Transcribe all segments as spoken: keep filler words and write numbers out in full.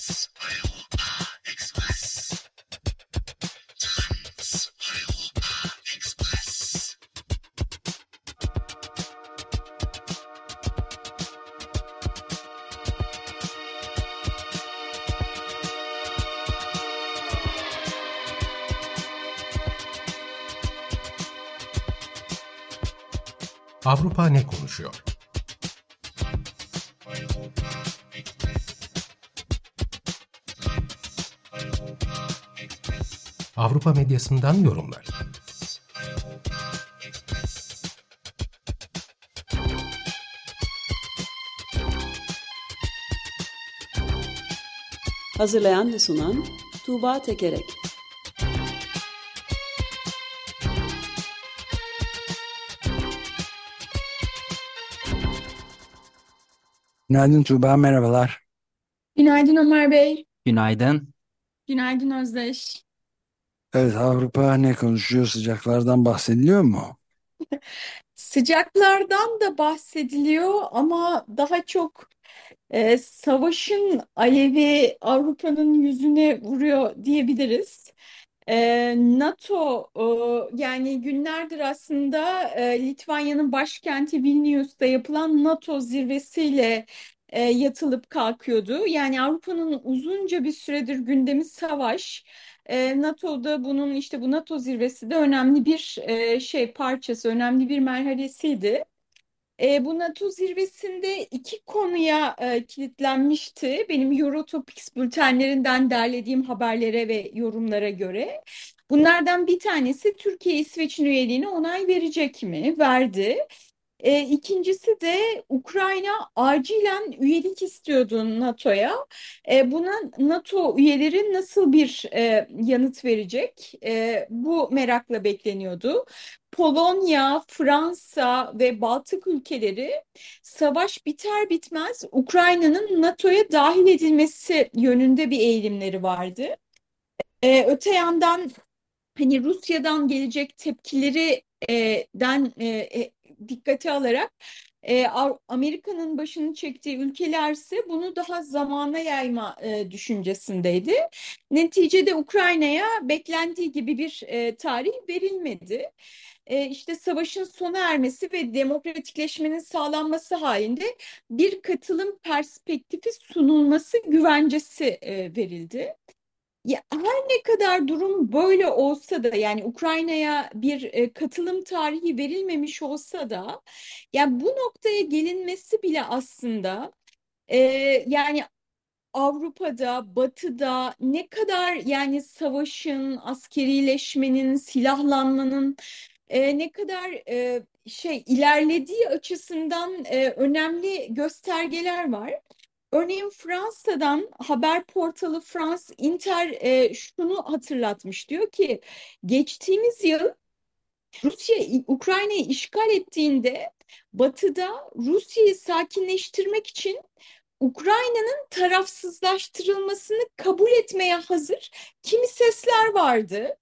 Avrupa ne konuşuyor? Avrupa medyasından yorumlar. Hazırlayan ve sunan Tuğba Tekerek. Günaydın Tuğba, merhabalar. Günaydın Ömer Bey. Günaydın. Günaydın Özdeş. Evet, Avrupa ne konuşuyor? Sıcaklardan bahsediliyor mu? Sıcaklardan da bahsediliyor ama daha çok e, savaşın alevi Avrupa'nın yüzüne vuruyor diyebiliriz. E, NATO e, yani günlerdir aslında e, Litvanya'nın başkenti Vilnius'ta yapılan NATO zirvesiyle e, yatılıp kalkıyordu. Yani Avrupa'nın uzunca bir süredir gündemi savaş. E, NATO'da bunun işte bu NATO zirvesi de önemli bir e, şey parçası, önemli bir merhalesiydi. E, bu NATO zirvesinde iki konuya e, kilitlenmişti. Benim Eurotopics bültenlerinden derlediğim haberlere ve yorumlara göre. Bunlardan bir tanesi Türkiye İsveç'in üyeliğine onay verecek mi? Verdi. E, ikincisi de Ukrayna acilen üyelik istiyordu NATO'ya. E, buna NATO üyeleri nasıl bir e, yanıt verecek? E, bu merakla bekleniyordu. Polonya, Fransa ve Baltık ülkeleri savaş biter bitmez Ukrayna'nın NATO'ya dahil edilmesi yönünde bir eğilimleri vardı. E, öte yandan hani Rusya'dan gelecek tepkileri e, den e, e, dikkate alarak e, Amerika'nın başını çektiği ülkelerse bunu daha zamana yayma e, düşüncesindeydi. Neticede Ukrayna'ya beklendiği gibi bir e, tarih verilmedi. E, işte savaşın sona ermesi ve demokratikleşmenin sağlanması halinde bir katılım perspektifi sunulması güvencesi e, verildi. Ya her ne kadar durum böyle olsa da yani Ukrayna'ya bir e, katılım tarihi verilmemiş olsa da yani bu noktaya gelinmesi bile aslında e, yani Avrupa'da, Batı'da ne kadar yani savaşın, askerileşmenin, silahlanmanın e, ne kadar e, şey ilerlediği açısından e, önemli göstergeler var. Örneğin Fransa'dan haber portalı France Inter e, şunu hatırlatmış. Diyor ki geçtiğimiz yıl Rusya Ukrayna'yı işgal ettiğinde Batı'da Rusya'yı sakinleştirmek için Ukrayna'nın tarafsızlaştırılmasını kabul etmeye hazır kimi sesler vardı.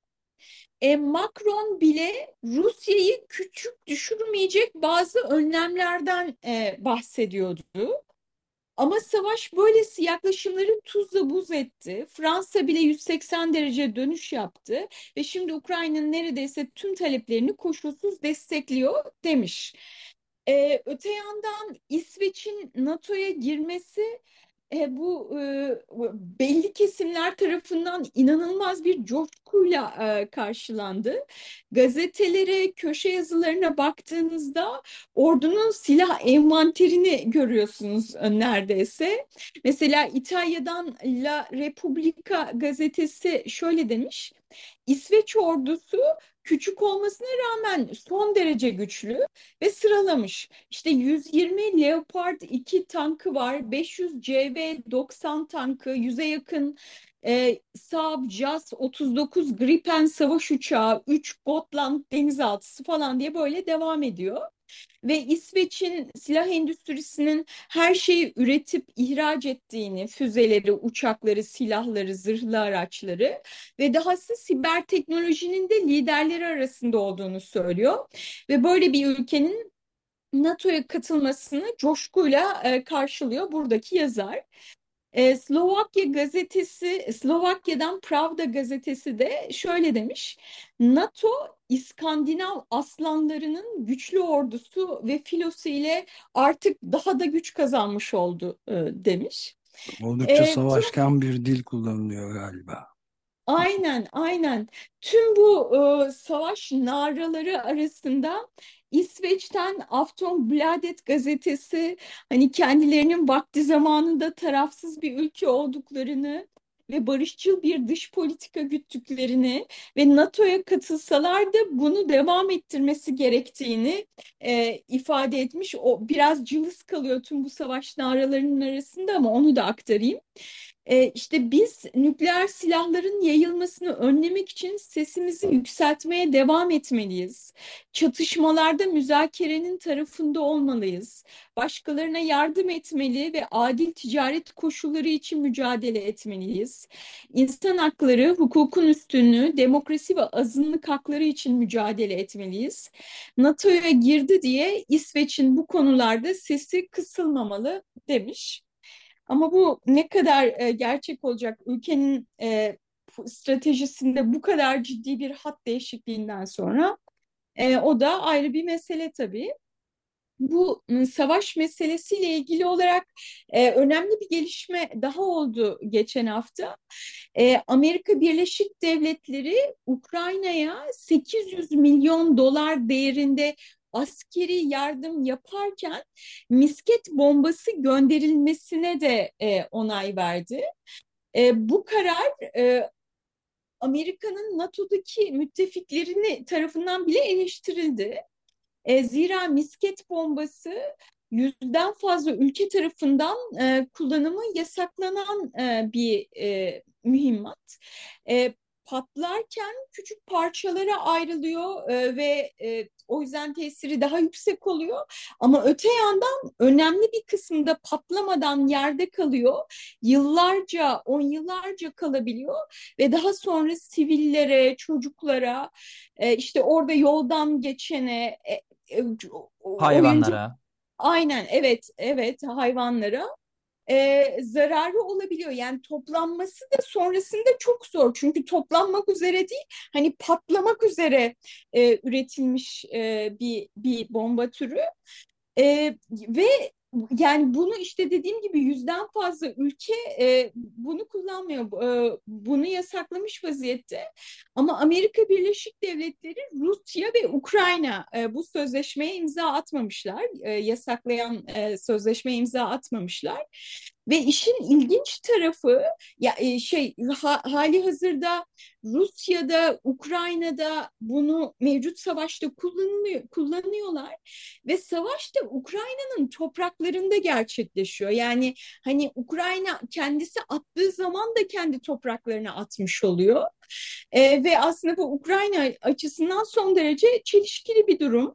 E, Macron bile Rusya'yı küçük düşürmeyecek bazı önlemlerden e, bahsediyordu. Ama savaş böylesi yaklaşımları tuzla buz etti. Fransa bile yüz seksen derece dönüş yaptı ve şimdi Ukrayna'nın neredeyse tüm taleplerini koşulsuz destekliyor demiş. Ee, öte yandan İsveç'in NATO'ya girmesi e, bu e, belli kesimler tarafından inanılmaz bir coşkuyla e, karşılandı. Gazetelere, köşe yazılarına baktığınızda ordunun silah envanterini görüyorsunuz e, neredeyse. Mesela İtalya'dan La Repubblica gazetesi şöyle demiş. İsveç ordusu küçük olmasına rağmen son derece güçlü ve sıralamış. İşte yüz yirmi Leopard iki tankı var, beş yüz C V doksan tankı, yüze yakın e, Saab Jas otuz dokuz Gripen savaş uçağı, üç Gotland denizaltısı falan diye böyle devam ediyor. Ve İsveç'in silah endüstrisinin her şeyi üretip ihraç ettiğini, füzeleri, uçakları, silahları, zırhlı araçları ve dahası siber teknolojinin de liderleri arasında olduğunu söylüyor. Ve böyle bir ülkenin NATO'ya katılmasını coşkuyla e, karşılıyor buradaki yazar. E, Slovakya gazetesi, Slovakya'dan Pravda gazetesi de şöyle demiş. NATO, İskandinav aslanlarının güçlü ordusu ve filosu ile artık daha da güç kazanmış oldu e, demiş. Oldukça E, savaşkan bir dil kullanılıyor galiba. Aynen, aynen. Tüm bu e, savaş naraları arasında İsveç'ten Aftonbladet gazetesi hani kendilerinin vakti zamanında tarafsız bir ülke olduklarını ve barışçıl bir dış politika güttüklerini ve NATO'ya katılsalar da bunu devam ettirmesi gerektiğini e, ifade etmiş. O biraz cılız kalıyor tüm bu savaş naralarının arasında ama onu da aktarayım. E, işte biz nükleer silahların yayılmasını önlemek için sesimizi yükseltmeye devam etmeliyiz. Çatışmalarda müzakerenin tarafında olmalıyız. Başkalarına yardım etmeli ve adil ticaret koşulları için mücadele etmeliyiz. İnsan hakları, hukukun üstünlüğü, demokrasi ve azınlık hakları için mücadele etmeliyiz. NATO'ya girdi diye İsveç'in bu konularda sesi kısılmamalı demiş. Ama bu ne kadar e, gerçek olacak ülkenin e, stratejisinde bu kadar ciddi bir hat değişikliğinden sonra e, o da ayrı bir mesele tabii. Bu m, savaş meselesiyle ilgili olarak e, önemli bir gelişme daha oldu geçen hafta. E, Amerika Birleşik Devletleri Ukrayna'ya sekiz yüz milyon dolar değerinde askeri yardım yaparken misket bombası gönderilmesine de e, onay verdi. E, bu karar e, Amerika'nın NATO'daki müttefiklerini tarafından bile eleştirildi. E, zira misket bombası yüzden fazla ülke tarafından e, kullanımı yasaklanan e, bir e, mühimmat. E, Patlarken küçük parçalara ayrılıyor e, ve e, o yüzden tesiri daha yüksek oluyor. Ama öte yandan önemli bir kısmında patlamadan yerde kalıyor. Yıllarca, on yıllarca kalabiliyor ve daha sonra sivillere, çocuklara, e, işte orada yoldan geçene, e, e, oyuncak, Hayvanlara. aynen, evet, evet, hayvanlara e, zararı olabiliyor. Yani toplanması da sonrasında çok zor. Çünkü toplanmak üzere değil, hani patlamak üzere e, üretilmiş e, bir bir bomba türü. E, ve yani bunu işte dediğim gibi yüzden fazla ülke e, bunu kullanmıyor, e, bunu yasaklamış vaziyette. Ama Amerika Birleşik Devletleri, Rusya ve Ukrayna e, bu sözleşmeye imza atmamışlar, e, yasaklayan e, sözleşmeye imza atmamışlar. Ve işin ilginç tarafı ya e, şey ha, hali hazırda Rusya'da, Ukrayna'da bunu mevcut savaşta kullanılıyor, kullanıyorlar ve savaş da Ukrayna'nın topraklarında gerçekleşiyor. Yani hani Ukrayna kendisi attığı zaman da kendi topraklarına atmış oluyor. E, ve aslında bu Ukrayna açısından son derece çelişkili bir durum.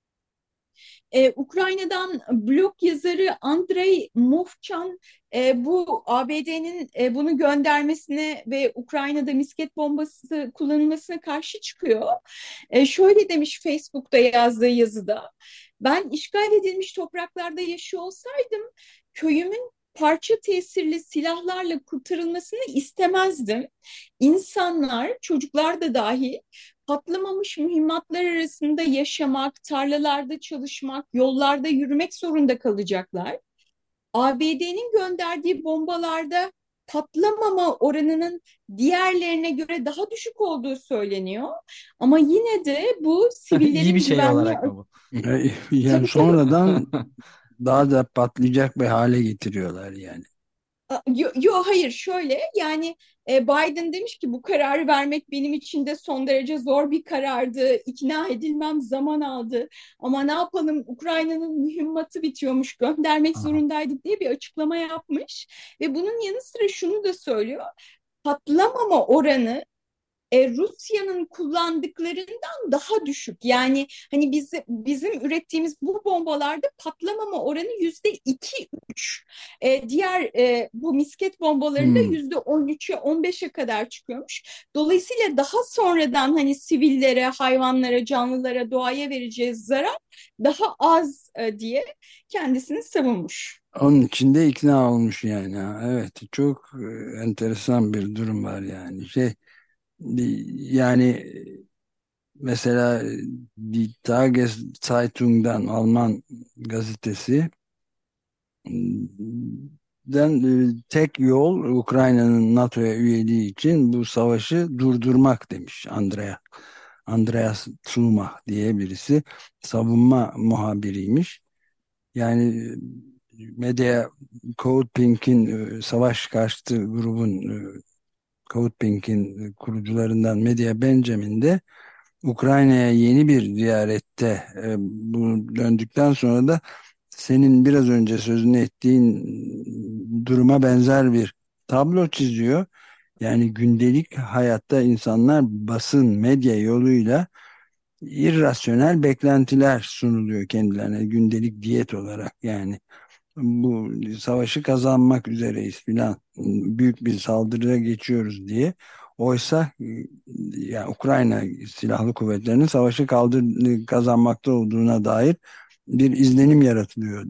Ee, Ukrayna'dan blog yazarı Andrei Movchan e, bu A B D'nin e, bunu göndermesine ve Ukrayna'da misket bombası kullanılmasına karşı çıkıyor. E, şöyle demiş Facebook'ta yazdığı yazıda: ben işgal edilmiş topraklarda yaşıyor olsaydım köyümün parça tesirli silahlarla kurtarılmasını istemezdim. İnsanlar, çocuklar da dahil, patlamamış mühimmatlar arasında yaşamak, tarlalarda çalışmak, yollarda yürümek zorunda kalacaklar. A B D'nin gönderdiği bombalarda patlamama oranının diğerlerine göre daha düşük olduğu söyleniyor. Ama yine de bu İyi bir sivillerin şey güvenliği... olarak mı bu? E, Yani Tabii, tabii. sonradan daha da patlayacak bir hale getiriyorlar yani. Yo, yo, hayır, şöyle yani e, Biden demiş ki bu kararı vermek benim için de son derece zor bir karardı. İkna edilmem zaman aldı. Ama ne yapalım, Ukrayna'nın mühimmatı bitiyormuş, göndermek Aha. zorundaydık diye bir açıklama yapmış. Ve bunun yanı sıra şunu da söylüyor: patlamama oranı e, Rusya'nın kullandıklarından daha düşük. Yani hani biz, bizim ürettiğimiz bu bombalarda patlamama oranı yüzde iki üç. E, diğer e, bu misket bombalarında Hmm. yüzde on üçe on beşe kadar çıkıyormuş. Dolayısıyla daha sonradan hani sivillere, hayvanlara, canlılara, doğaya vereceğiz zarar daha az e, diye kendisini savunmuş. Onun için de ikna olmuş yani. Ha. Evet, çok e, enteresan bir durum var yani. Şey, yani mesela Die Tageszeitung'dan, Alman gazetesi den e, tek yol Ukrayna'nın NATO'ya üyeliği için bu savaşı durdurmak demiş Andrea. Andreas Truma diye birisi, savunma muhabiriymiş. Yani e, medya, Code Pink'in e, savaş karşıtı grubun, e, Code Pink'in kurucularından Medya Benjamin de Ukrayna'ya yeni bir ziyarette e, bu döndükten sonra da senin biraz önce sözünü ettiğin duruma benzer bir tablo çiziyor. Yani gündelik hayatta insanlar basın, medya yoluyla irrasyonel beklentiler sunuluyor kendilerine gündelik diyet olarak. Yani bu savaşı kazanmak üzereyiz filan, büyük bir saldırıya geçiyoruz diye. Oysa e, yani Ukrayna Silahlı Kuvvetleri'nin savaşı kaldır, kazanmakta olduğuna dair bir izlenim yaratılıyor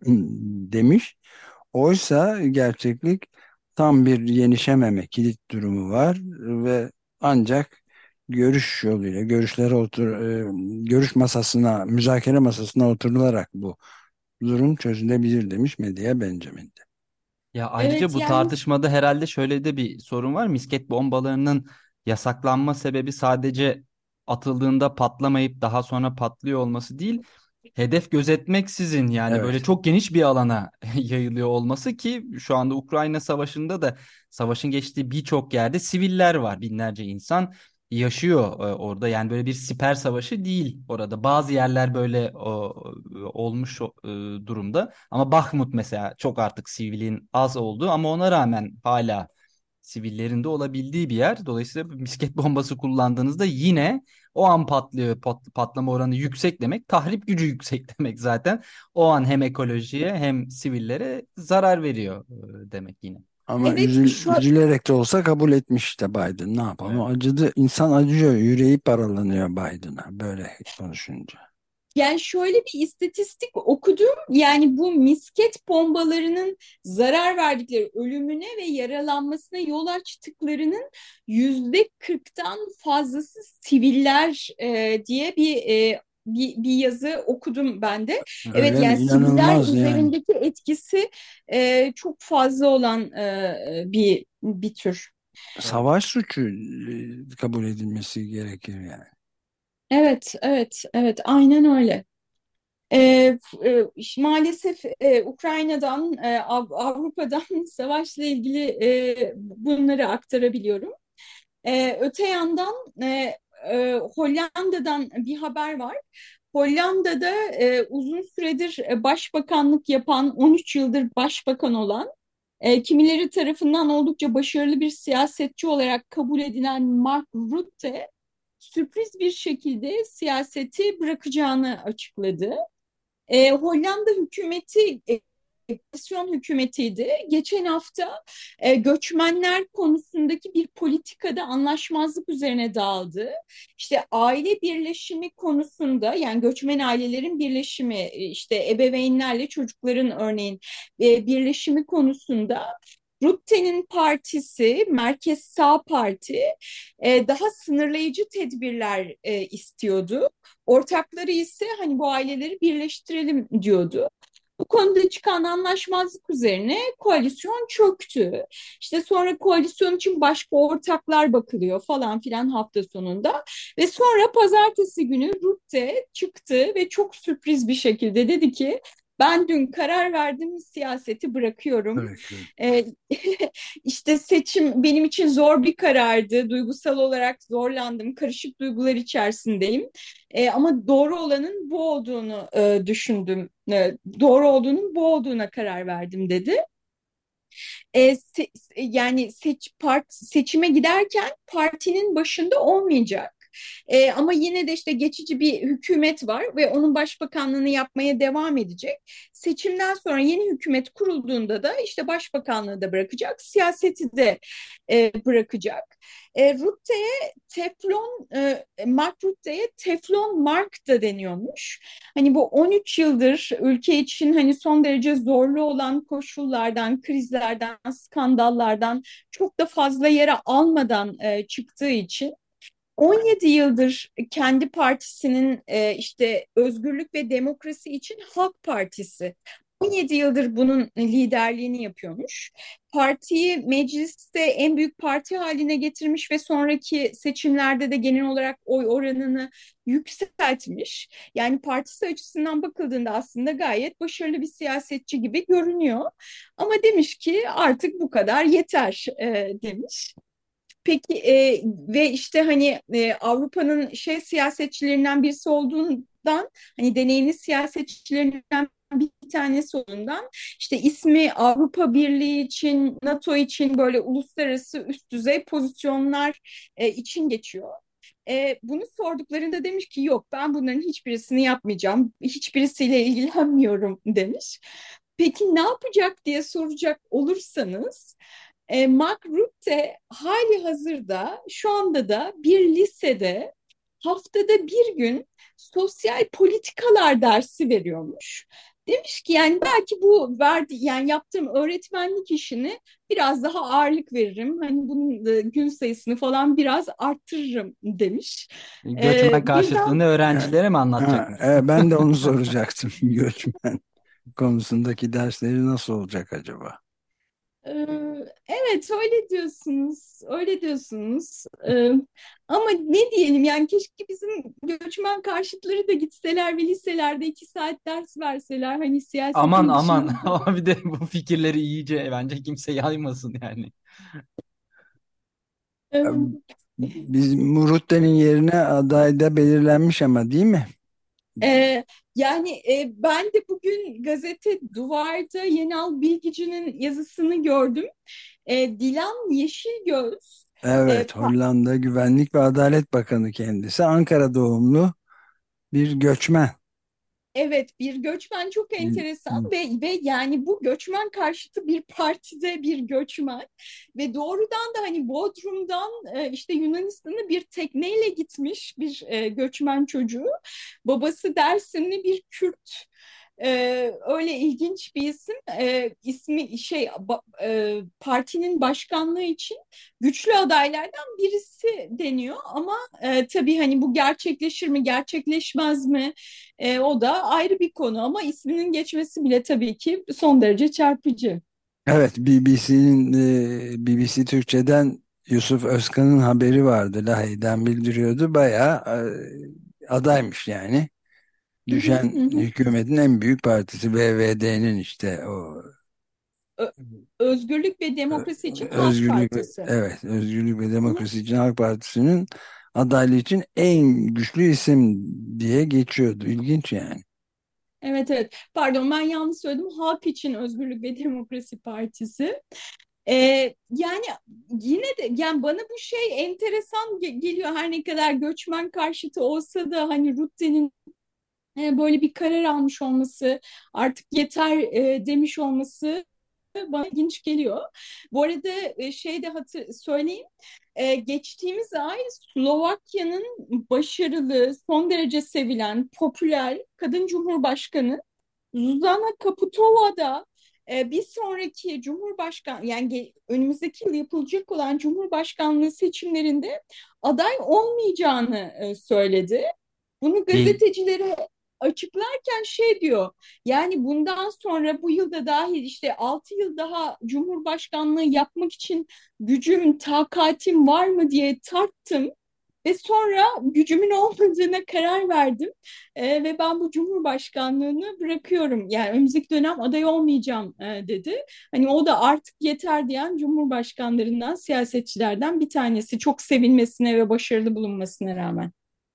demiş. Oysa gerçeklik tam bir yenişememe, kilit durumu var ve ancak görüş yoluyla, görüşlere otur, e, görüş masasına, müzakere masasına oturularak bu durum çözülebilir demiş Medya Benjamin'de. Ya ayrıca Evet bu yani tartışmada herhalde şöyle de bir sorun var. Misket bombalarının yasaklanma sebebi sadece atıldığında patlamayıp daha sonra patlıyor olması değil. Hedef gözetmeksizin yani böyle Evet. çok geniş bir alana yayılıyor olması ki şu anda Ukrayna Savaşı'nda da savaşın geçtiği birçok yerde siviller var. Binlerce insan yaşıyor e, orada. Yani böyle bir siper savaşı değil orada. Bazı yerler böyle o, olmuş o, e, durumda. Ama Bahmut mesela çok artık sivilin az olduğu ama ona rağmen hala sivillerin de olabildiği bir yer. Dolayısıyla bir misket bombası kullandığınızda yine o an patlıyor. Pat- patlama oranı yüksek demek. Tahrip gücü yüksek demek zaten. O an hem ekolojiye hem sivillere zarar veriyor e, demek yine. Ama evet üzül, şu üzülerek de olsa kabul etmiş işte Biden. Ne yapalım? Evet. Acıdı. İnsan acıyor. Yüreği paralanıyor Biden'a böyle konuşunca. Yani şöyle bir istatistik okudum. Yani bu misket bombalarının zarar verdikleri, ölümüne ve yaralanmasına yol açtıklarının yüzde kırktan fazlası siviller e, diye bir, e, bir bir yazı okudum ben de. Evet Öyle mi? yani siviller İnanılmaz yani. üzerindeki etkisi e, çok fazla olan e, bir bir tür. Evet. Savaş suçu e, kabul edilmesi gerekir yani. Evet, evet, evet, aynen öyle. Ee, e, maalesef e, Ukrayna'dan, e, Av- Avrupa'dan savaşla ilgili e, bunları aktarabiliyorum. E, öte yandan e, e, Hollanda'dan bir haber var. Hollanda'da e, uzun süredir e, başbakanlık yapan, on üç yıldır başbakan olan, e, kimileri tarafından oldukça başarılı bir siyasetçi olarak kabul edilen Mark Rutte, sürpriz bir şekilde siyaseti bırakacağını açıkladı. E, Hollanda hükümeti e, koalisyon hükümetiydi. Geçen hafta e, göçmenler konusundaki bir politikada anlaşmazlık üzerine dağıldı. İşte aile birleşimi konusunda, yani göçmen ailelerin birleşimi, e, işte ebeveynlerle çocukların örneğin e, birleşimi konusunda Rutte'nin partisi, Merkez Sağ Parti, e, daha sınırlayıcı tedbirler e, istiyordu. Ortakları ise hani bu aileleri birleştirelim diyordu. Bu konuda çıkan anlaşmazlık üzerine koalisyon çöktü. İşte sonra koalisyon için başka ortaklar bakılıyor falan filan hafta sonunda. Ve sonra pazartesi günü Rutte çıktı ve çok sürpriz bir şekilde dedi ki ben dün karar verdim, siyaseti bırakıyorum. Bırakıyorum. Ee, işte seçim benim için zor bir karardı. Duygusal olarak zorlandım. Karışık duygular içerisindeyim. Ee, ama doğru olanın bu olduğunu e, düşündüm. E, doğru olduğunun bu olduğuna karar verdim dedi. E, se- yani seç, part, seçime giderken partinin başında olmayacak. E, ama yine de işte geçici bir hükümet var ve onun başbakanlığını yapmaya devam edecek. Seçimden sonra yeni hükümet kurulduğunda da işte başbakanlığı da bırakacak, siyaseti de e, bırakacak. E, Rutte'ye Teflon, e, Mark Rutte'ye Teflon Mark da deniyormuş. Hani bu on üç yıldır ülke için hani son derece zorlu olan koşullardan, krizlerden, skandallardan çok da fazla yere almadan e, çıktığı için on yedi yıldır kendi partisinin e, işte özgürlük ve demokrasi için Halk Partisi. on yedi yıldır bunun liderliğini yapıyormuş. Partiyi mecliste en büyük parti haline getirmiş ve sonraki seçimlerde de genel olarak oy oranını yükseltmiş. Yani partisi açısından bakıldığında aslında gayet başarılı bir siyasetçi gibi görünüyor. Ama demiş ki artık bu kadar yeter e, demiş. Peki e, ve işte hani e, Avrupa'nın şey siyasetçilerinden birisi olduğundan hani deneyimli siyasetçilerinden bir tanesi olduğundan işte ismi Avrupa Birliği için, NATO için böyle uluslararası üst düzey pozisyonlar e, için geçiyor. E, bunu sorduklarında demiş ki yok ben bunların hiçbirisini yapmayacağım, hiçbirisiyle ilgilenmiyorum demiş. Peki ne yapacak diye soracak olursanız e, Mark Rutte hali hazırda şu anda da bir lisede haftada bir gün sosyal politikalar dersi veriyormuş. Demiş ki yani belki bu verdi yani yaptığım öğretmenlik işini biraz daha ağırlık veririm. Hani bunun da gün sayısını falan biraz arttırırım demiş. Ee, Göçmen birden karşıtlığını öğrencilere mi Ha, anlatacakmış? e, ben de onu soracaktım. Göçmen konusundaki dersleri nasıl olacak acaba? Ee, evet öyle diyorsunuz, öyle diyorsunuz. Ee, ama ne diyelim yani keşke bizim göçmen karşıtları da gitseler ve liselerde iki saat ders verseler hani Aman siyasetin aman dışında. ama bir de bu fikirleri iyice bence kimse yaymasın yani. Ee, Biz Murutte'nin yerine aday da belirlenmiş ama değil mi? e, yani e, ben de bugün gazete Duvar'da Yenal Bilgici'nin yazısını gördüm. E, Dilan Yeşilgöz. e, Evet, Hollanda Güvenlik ve Adalet Bakanı kendisi. Ankara doğumlu bir göçmen. Evet, bir göçmen çok enteresan ve ve yani bu göçmen karşıtı bir partide bir göçmen ve doğrudan da hani Bodrum'dan e, işte Yunanistan'a bir tekneyle gitmiş bir e, göçmen çocuğu. Babası Dersimli bir Kürt. Ee, öyle ilginç bir isim. Ee, ismi şey ba- e, partinin başkanlığı için güçlü adaylardan birisi deniyor ama e, tabii hani bu gerçekleşir mi gerçekleşmez mi? E, o da ayrı bir konu ama isminin geçmesi bile tabii ki son derece çarpıcı. Evet, B B C'nin B B C Türkçe'den Yusuf Özkan'ın haberi vardı. Lahey'den bildiriyordu. Bayağı e, adaymış yani. Hı hı, Düşen hı hı. hükümetin en büyük partisi B B D'nin işte o Ö- Özgürlük ve Ö- Demokrasi için Halk Özgürlük ve- Partisi. evet Özgürlük ve Hı hı. Demokrasi için Halk Partisi'nin adaylığı için en güçlü isim diye geçiyordu. İlginç yani. Evet evet. Pardon ben yanlış söyledim. Halk için Özgürlük ve Demokrasi Partisi. Ee, yani yine de yani bana bu şey enteresan ge- geliyor her ne kadar göçmen karşıtı olsa da hani Rutte'nin e, böyle bir karar almış olması artık yeter e, demiş olması bana ilginç geliyor. Bu arada e, şey de hatır söyleyeyim. E, geçtiğimiz ay Slovakya'nın başarılı, son derece sevilen, popüler kadın cumhurbaşkanı Zuzana Kaputova da e, bir sonraki Cumhurbaşkan yani ge- önümüzdeki yıl yapılacak olan Cumhurbaşkanlığı seçimlerinde aday olmayacağını e, söyledi. Bunu Gel- gazetecilere açıklarken şey diyor. Yani bundan sonra bu yılda dahil işte altı yıl daha Cumhurbaşkanlığı yapmak için gücüm, takatim var mı diye tarttım. Ve sonra gücümün olmadığına karar verdim. Ee, ve ben bu Cumhurbaşkanlığını bırakıyorum. Yani önümüzdeki dönem aday olmayacağım e, dedi. Hani o da artık yeter diyen Cumhurbaşkanlarından, siyasetçilerden bir tanesi. Çok sevilmesine ve başarılı bulunmasına rağmen.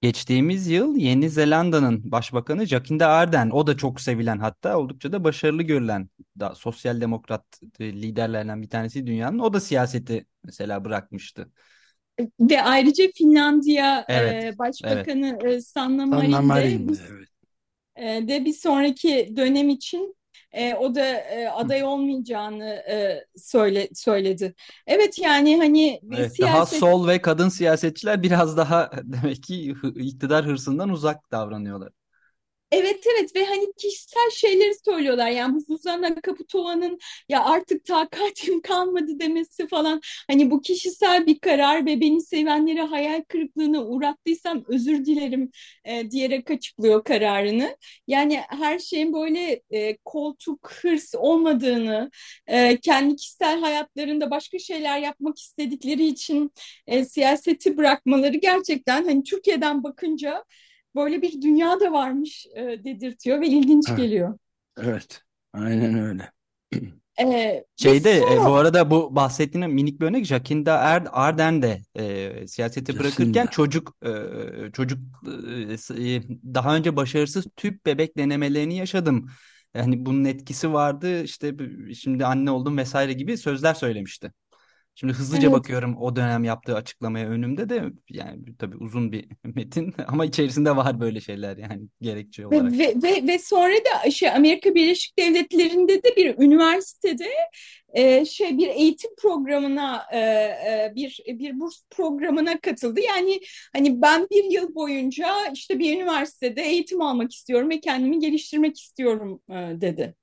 Geçtiğimiz yıl Yeni Zelanda'nın başbakanı Jacinda Ardern, o da çok sevilen, hatta oldukça da başarılı görülen da sosyal demokrat e, liderlerden bir tanesi dünyanın. O da siyaseti mesela bırakmıştı. Ve ayrıca Finlandiya Evet, e, evet. Başbakanı e, Sanna Sanna Marin de bu Marin, evet. e, de bir sonraki dönem için e, o da e, aday olmayacağını e, söyle söyledi. Evet, yani hani bir Evet, daha siyaset. sol ve kadın siyasetçiler biraz daha demek ki hı- iktidar hırsından uzak davranıyorlar. Evet, evet, ve hani kişisel şeyleri söylüyorlar, yani bu Zuzana Kaputova'nın ya artık takatim kalmadı demesi falan, hani bu kişisel bir karar ve beni sevenlere hayal kırıklığına uğrattıysam özür dilerim e, diyerek açıklıyor kararını. Yani her şeyin böyle e, koltuk hırs olmadığını, e, kendi kişisel hayatlarında başka şeyler yapmak istedikleri için e, siyaseti bırakmaları gerçekten hani Türkiye'den bakınca böyle bir dünya da varmış e, dedirtiyor ve ilginç Evet, geliyor. evet. Aynen öyle. E, ve Şeyde e, bu son arada bu bahsettiğim minik bir örnek, Jacinda Er- Ardern de e, siyaseti bırakırken Jacinda. çocuk e, çocuk e, s- e, daha önce başarısız tüp bebek denemelerini yaşadım. Yani bunun etkisi vardı işte, b- şimdi anne oldum vesaire gibi sözler söylemişti. Şimdi hızlıca evet. bakıyorum o dönem yaptığı açıklamaya, önümde de yani tabii uzun bir metin ama içerisinde var böyle şeyler yani, gerekçe Ve, olarak. ve, ve, ve sonra da şey, Amerika Birleşik Devletleri'nde de bir üniversitede e, şey bir eğitim programına e, e, bir bir burs programına katıldı. Yani hani ben bir yıl boyunca işte bir üniversitede eğitim almak istiyorum ve kendimi geliştirmek istiyorum e, dedi.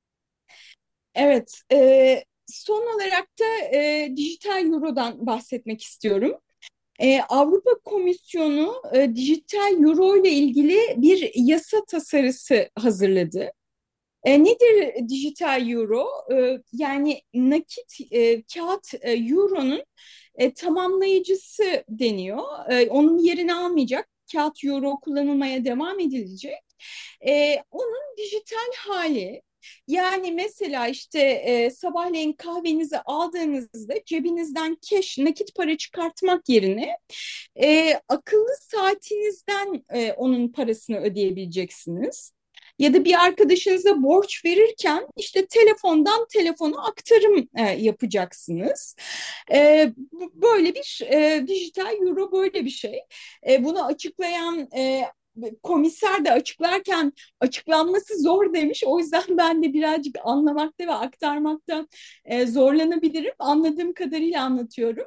Evet, e, son olarak da e, dijital eurodan bahsetmek istiyorum. E, Avrupa Komisyonu e, dijital euro ile ilgili bir yasa tasarısı hazırladı. E, nedir dijital euro? E, yani nakit e, kağıt e, euronun e, tamamlayıcısı deniyor. E, onun yerini almayacak. Kağıt euro kullanılmaya devam edilecek. E, onun dijital hali. Yani mesela işte e, sabahleyin kahvenizi aldığınızda cebinizden cash, nakit para çıkartmak yerine e, akıllı saatinizden e, onun parasını ödeyebileceksiniz. Ya da bir arkadaşınıza borç verirken işte telefondan telefona aktarım e, yapacaksınız. E, Böyle bir e, dijital euro böyle bir şey. E, bunu açıklayan e, komiser de açıklarken açıklanması zor demiş. O yüzden ben de birazcık anlamakta ve aktarmakta e, zorlanabilirim. Anladığım kadarıyla anlatıyorum.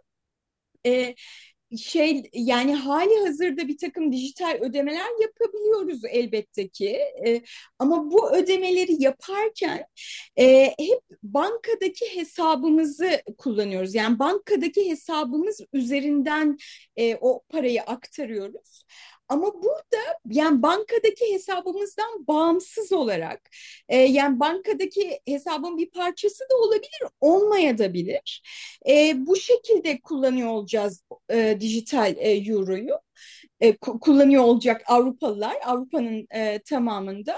E, şey yani hali hazırda bir takım dijital ödemeler yapabiliyoruz elbette ki. E, ama bu ödemeleri yaparken e, hep bankadaki hesabımızı kullanıyoruz. Yani bankadaki hesabımız üzerinden e, o parayı aktarıyoruz. Ama burada yani bankadaki hesabımızdan bağımsız olarak e, yani bankadaki hesabın bir parçası da olabilir, olmayabilir. E, bu şekilde kullanıyor olacağız e, dijital e, euroyu. E, kullanıyor olacak Avrupalılar, Avrupa'nın e, tamamında.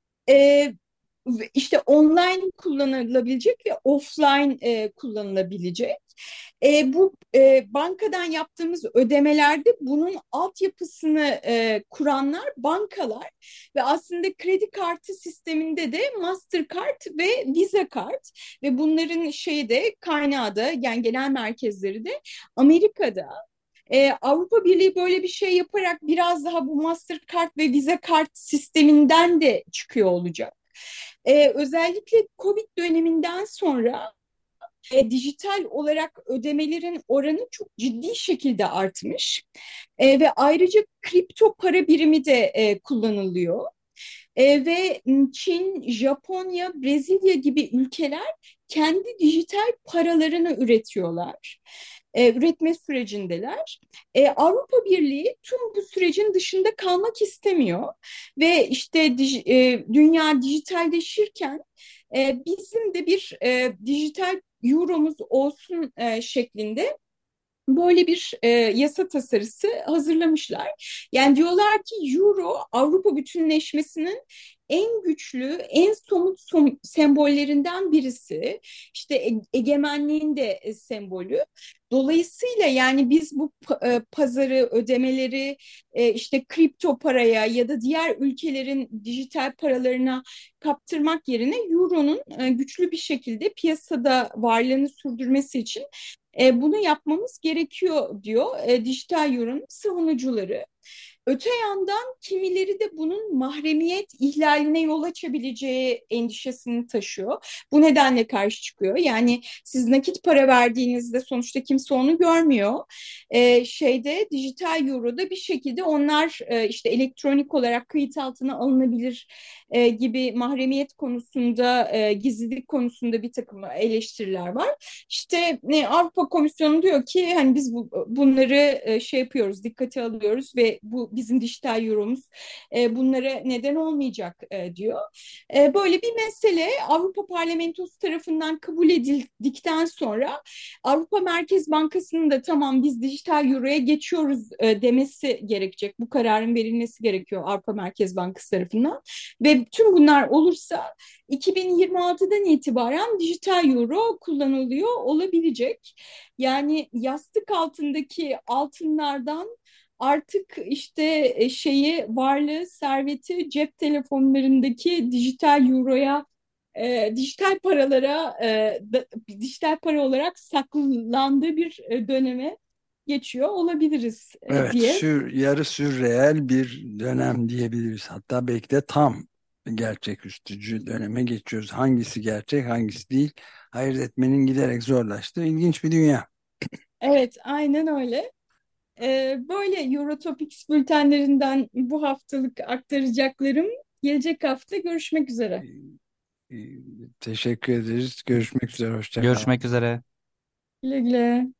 E, işte online kullanılabilecek ve offline e, kullanılabilecek. E, bu e, bankadan yaptığımız ödemelerde bunun altyapısını e, kuranlar bankalar ve aslında kredi kartı sisteminde de Mastercard ve Visa kart ve bunların şeyi de kaynağı da yani genel merkezleri de Amerika'da. Ee, Avrupa Birliği böyle bir şey yaparak biraz daha bu Mastercard ve Visa kart sisteminden de çıkıyor olacak. Ee, özellikle Covid döneminden sonra e, dijital olarak ödemelerin oranı çok ciddi şekilde artmış. E, ve ayrıca kripto para birimi de e, kullanılıyor. E, ve Çin, Japonya, Brezilya gibi ülkeler kendi dijital paralarını üretiyorlar. E, üretme sürecindeler. E, Avrupa Birliği tüm bu sürecin dışında kalmak istemiyor ve işte dij, e, dünya dijitalleşirken e, bizim de bir e, dijital euromuz olsun e, şeklinde böyle bir e, yasa tasarısı hazırlamışlar. Yani diyorlar ki Euro Avrupa bütünleşmesinin en güçlü, en somut som- sembollerinden birisi. İşte e- egemenliğin de e, sembolü. Dolayısıyla yani biz bu pa- e, pazarı, ödemeleri e, işte kripto paraya ya da diğer ülkelerin dijital paralarına kaptırmak yerine Euro'nun e, güçlü bir şekilde piyasada varlığını sürdürmesi için e, bunu yapmamız gerekiyor diyor e, dijital euronun savunucuları. Öte yandan kimileri de bunun mahremiyet ihlaline yol açabileceği endişesini taşıyor. Bu nedenle karşı çıkıyor. Yani siz nakit para verdiğinizde sonuçta kimse onu görmüyor. Ee, şeyde dijital euroda bir şekilde onlar e, işte elektronik olarak kayıt altına alınabilir e, gibi mahremiyet konusunda, e, gizlilik konusunda bir takım eleştiriler var. İşte e, Avrupa Komisyonu diyor ki hani biz bu, bunları e, şey yapıyoruz, dikkate alıyoruz ve bu bizim dijital euromuz e, bunlara neden olmayacak e, diyor. E, böyle bir mesele Avrupa Parlamentosu tarafından kabul edildikten sonra Avrupa Merkez Bankası'nın da tamam biz dijital euroya geçiyoruz e, demesi gerekecek. Bu kararın verilmesi gerekiyor Avrupa Merkez Bankası tarafından. Ve tüm bunlar olursa iki bin yirmi altıdan itibaren dijital euro kullanılıyor olabilecek. Yani yastık altındaki altınlardan artık işte e, şeyi varlığı, serveti cep telefonlarındaki dijital euroya, e, dijital paralara, e, da- dijital para olarak saklandığı bir e, döneme geçiyor olabiliriz e, Evet, diye. sür, yarı sürreel bir dönem diyebiliriz. Hatta belki de tam gerçeküstücü döneme geçiyoruz. Hangisi gerçek, hangisi değil ayırt etmenin giderek zorlaştığı ilginç bir dünya. Evet, aynen öyle. E, böyle Eurotopics bültenlerinden bu haftalık aktaracaklarım. Gelecek hafta görüşmek üzere. Ee, Teşekkür ederiz. Görüşmek üzere. Hoşça kal. Görüşmek üzere. Güle güle.